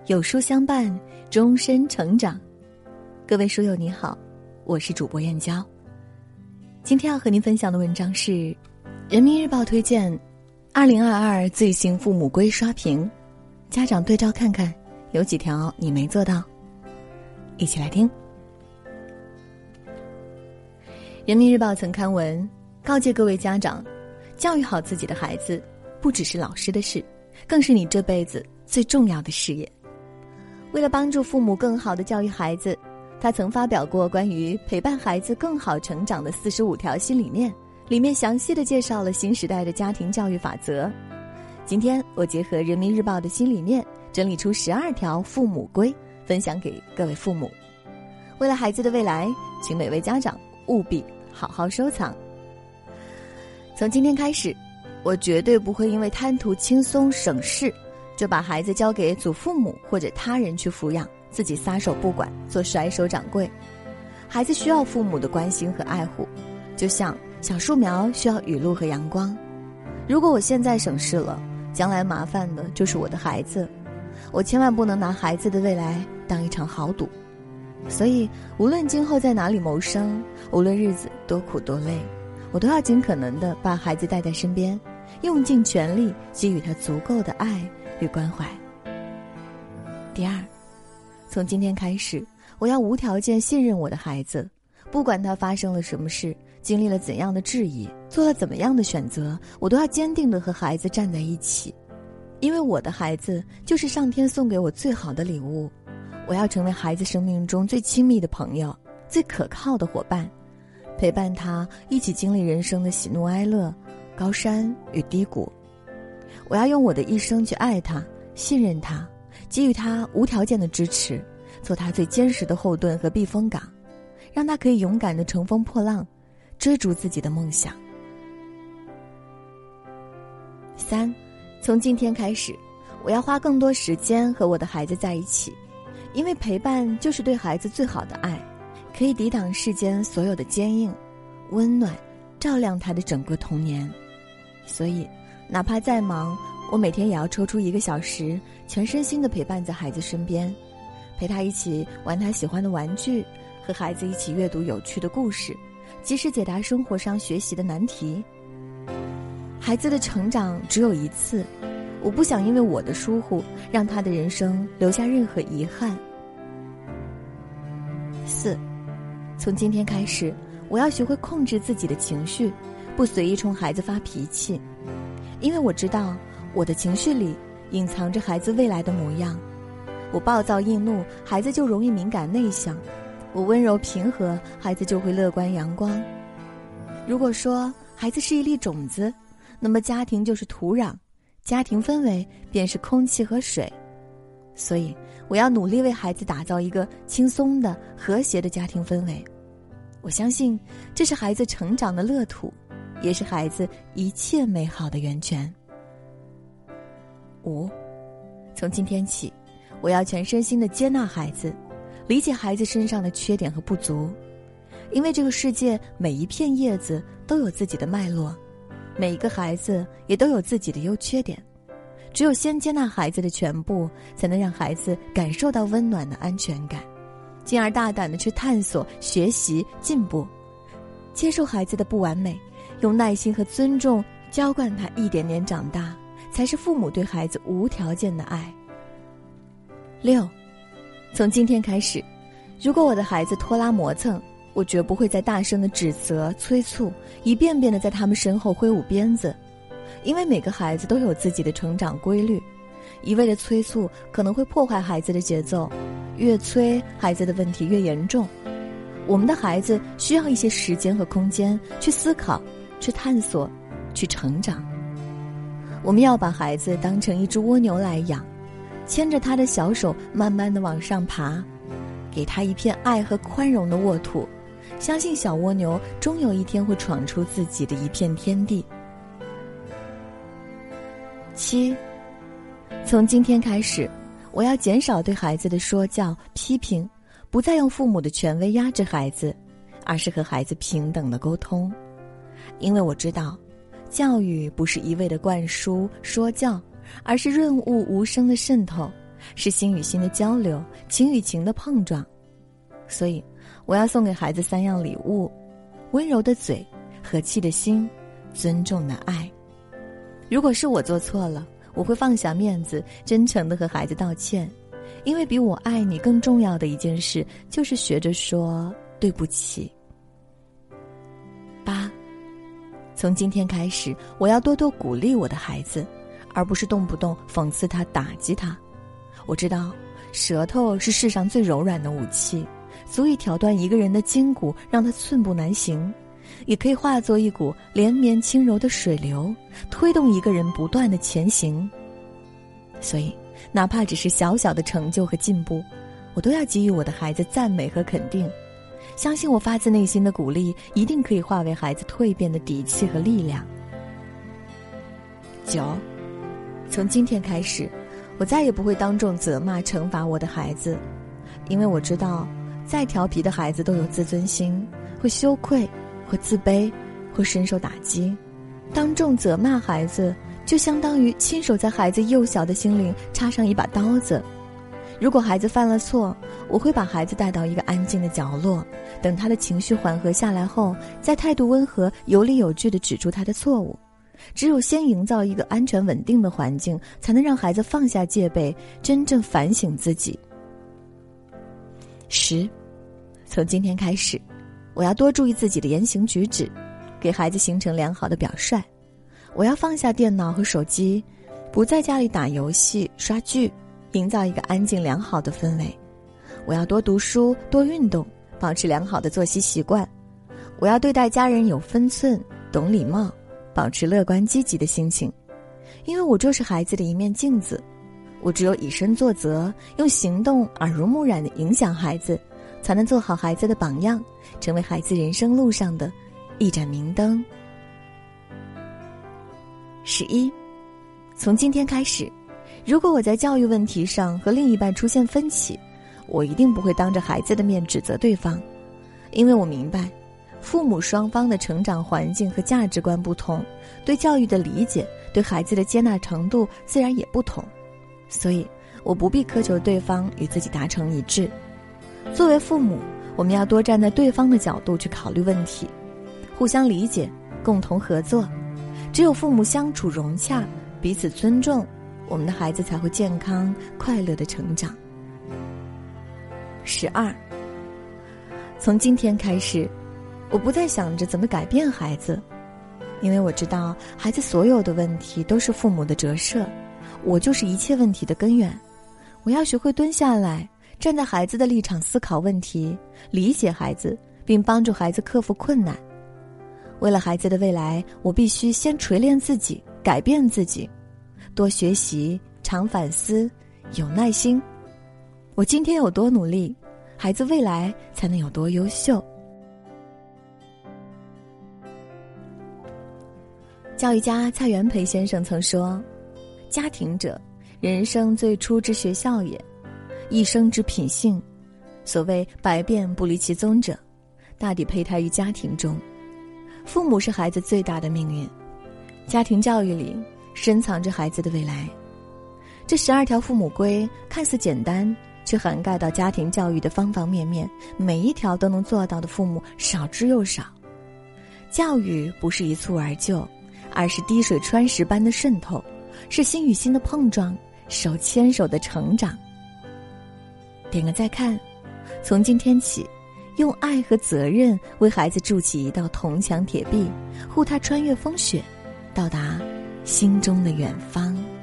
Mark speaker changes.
Speaker 1: 有书相伴，终身成长。各位书友你好，我是主播燕娇。今天要和您分享的文章是人民日报推荐2022最新父母规刷屏，家长对照看看有几条你没做到。一起来听。人民日报曾刊文告诫各位家长，教育好自己的孩子不只是老师的事，更是你这辈子最重要的事业。为了帮助父母更好地教育孩子，他曾发表过关于陪伴孩子更好成长的45条新理念，里面详细地介绍了新时代的家庭教育法则。今天我结合人民日报的新理念，整理出12条父母规，分享给各位父母。为了孩子的未来，请每位家长务必好好收藏。从今天开始，我绝对不会因为贪图轻松省事，就把孩子交给祖父母或者他人去抚养，自己撒手不管，做甩手掌柜。孩子需要父母的关心和爱护，就像小树苗需要雨露和阳光。如果我现在省事了，将来麻烦的就是我的孩子。我千万不能拿孩子的未来当一场豪赌。所以无论今后在哪里谋生，无论日子多苦多累，我都要尽可能地把孩子带在身边，用尽全力给予他足够的爱与关怀。第二，从今天开始，我要无条件信任我的孩子，不管他发生了什么事，经历了怎样的质疑，做了怎么样的选择，我都要坚定地和孩子站在一起。因为我的孩子就是上天送给我最好的礼物，我要成为孩子生命中最亲密的朋友，最可靠的伙伴，陪伴他一起经历人生的喜怒哀乐，高山与低谷。我要用我的一生去爱他，信任他，给予他无条件的支持，做他最坚实的后盾和避风港，让他可以勇敢地乘风破浪，追逐自己的梦想。3，从今天开始，我要花更多时间和我的孩子在一起，因为陪伴就是对孩子最好的爱，可以抵挡世间所有的坚硬，温暖照亮他的整个童年。所以哪怕再忙，我每天也要抽出1个小时，全身心地陪伴在孩子身边，陪他一起玩他喜欢的玩具，和孩子一起阅读有趣的故事，及时解答生活上学习的难题。孩子的成长只有一次，我不想因为我的疏忽，让他的人生留下任何遗憾。4，从今天开始，我要学会控制自己的情绪，不随意冲孩子发脾气，因为我知道我的情绪里隐藏着孩子未来的模样。我暴躁易怒，孩子就容易敏感内向；我温柔平和，孩子就会乐观阳光。如果说孩子是一粒种子，那么家庭就是土壤，家庭氛围便是空气和水。所以我要努力为孩子打造一个轻松的、和谐的家庭氛围。我相信这是孩子成长的乐土，也是孩子一切美好的源泉。5，从今天起，我要全身心地接纳孩子，理解孩子身上的缺点和不足。因为这个世界每一片叶子都有自己的脉络，每一个孩子也都有自己的优缺点。只有先接纳孩子的全部，才能让孩子感受到温暖的安全感，进而大胆地去探索、学习、进步。接受孩子的不完美，用耐心和尊重浇灌他一点点长大，才是父母对孩子无条件的爱。6，从今天开始，如果我的孩子拖拉磨蹭，我绝不会再大声的指责、催促，一遍遍的在他们身后挥舞鞭子。因为每个孩子都有自己的成长规律，一味的催促可能会破坏孩子的节奏，越催孩子的问题越严重。我们的孩子需要一些时间和空间去思考、去探索、去成长。我们要把孩子当成一只蜗牛来养，牵着他的小手慢慢地往上爬，给他一片爱和宽容的沃土，相信小蜗牛终有一天会闯出自己的一片天地。7，从今天开始，我要减少对孩子的说教、批评，不再用父母的权威压制孩子，而是和孩子平等的沟通。因为我知道，教育不是一味的灌输、说教，而是润物无声的渗透， 是心与心的交流，情与情的碰撞。所以我要送给孩子3样礼物：温柔的嘴，和气的心，尊重的爱。如果是我做错了，我会放下面子，真诚地和孩子道歉，因为比我爱你更重要的一件事，就是学着说对不起。8，从今天开始，我要多多鼓励我的孩子，而不是动不动讽刺他、打击他。我知道，舌头是世上最柔软的武器，足以挑断一个人的筋骨，让他寸步难行，也可以化作一股连绵轻柔的水流，推动一个人不断的前行。所以，哪怕只是小小的成就和进步，我都要给予我的孩子赞美和肯定。相信我发自内心的鼓励，一定可以化为孩子蜕变的底气和力量。9，从今天开始，我再也不会当众责骂、惩罚我的孩子，因为我知道，再调皮的孩子都有自尊心，会羞愧，会自卑，会深受打击。当众责骂孩子，就相当于亲手在孩子幼小的心灵插上一把刀子。如果孩子犯了错，我会把孩子带到一个安静的角落，等他的情绪缓和下来后，再态度温和、有理有据地指出他的错误。只有先营造一个安全稳定的环境，才能让孩子放下戒备，真正反省自己。10，从今天开始，我要多注意自己的言行举止，给孩子形成良好的表率。我要放下电脑和手机，不在家里打游戏、刷剧，营造一个安静良好的氛围。我要多读书、多运动，保持良好的作息习惯。我要对待家人有分寸，懂礼貌，保持乐观积极的心情。因为我就是孩子的一面镜子，我只有以身作则，用行动耳濡目染地影响孩子，才能做好孩子的榜样，成为孩子人生路上的一盏明灯。11，从今天开始，如果我在教育问题上和另一半出现分歧，我一定不会当着孩子的面指责对方，因为我明白，父母双方的成长环境和价值观不同，对教育的理解、对孩子的接纳程度自然也不同，所以我不必苛求对方与自己达成一致。作为父母，我们要多站在对方的角度去考虑问题，互相理解，共同合作。只有父母相处融洽，彼此尊重，我们的孩子才会健康快乐的成长。12，从今天开始，我不再想着怎么改变孩子，因为我知道孩子所有的问题都是父母的折射，我就是一切问题的根源。我要学会蹲下来，站在孩子的立场思考问题，理解孩子，并帮助孩子克服困难。为了孩子的未来，我必须先锤炼自己，改变自己，多学习，常反思，有耐心。我今天有多努力，孩子未来才能有多优秀。教育家蔡元培先生曾说，家庭者，人生最初之学校也，一生之品性。所谓百变不离其宗者，大抵胚胎于家庭中。父母是孩子最大的命运，家庭教育里深藏着孩子的未来。这12条父母规看似简单，却涵盖到家庭教育的方方面面，每一条都能做到的父母少之又少。教育不是一蹴而就，而是滴水穿石般的渗透，是心与心的碰撞，手牵手的成长。点个再看，从今天起，用爱和责任为孩子筑起一道铜墙铁壁，护他穿越风雪，到达心中的远方。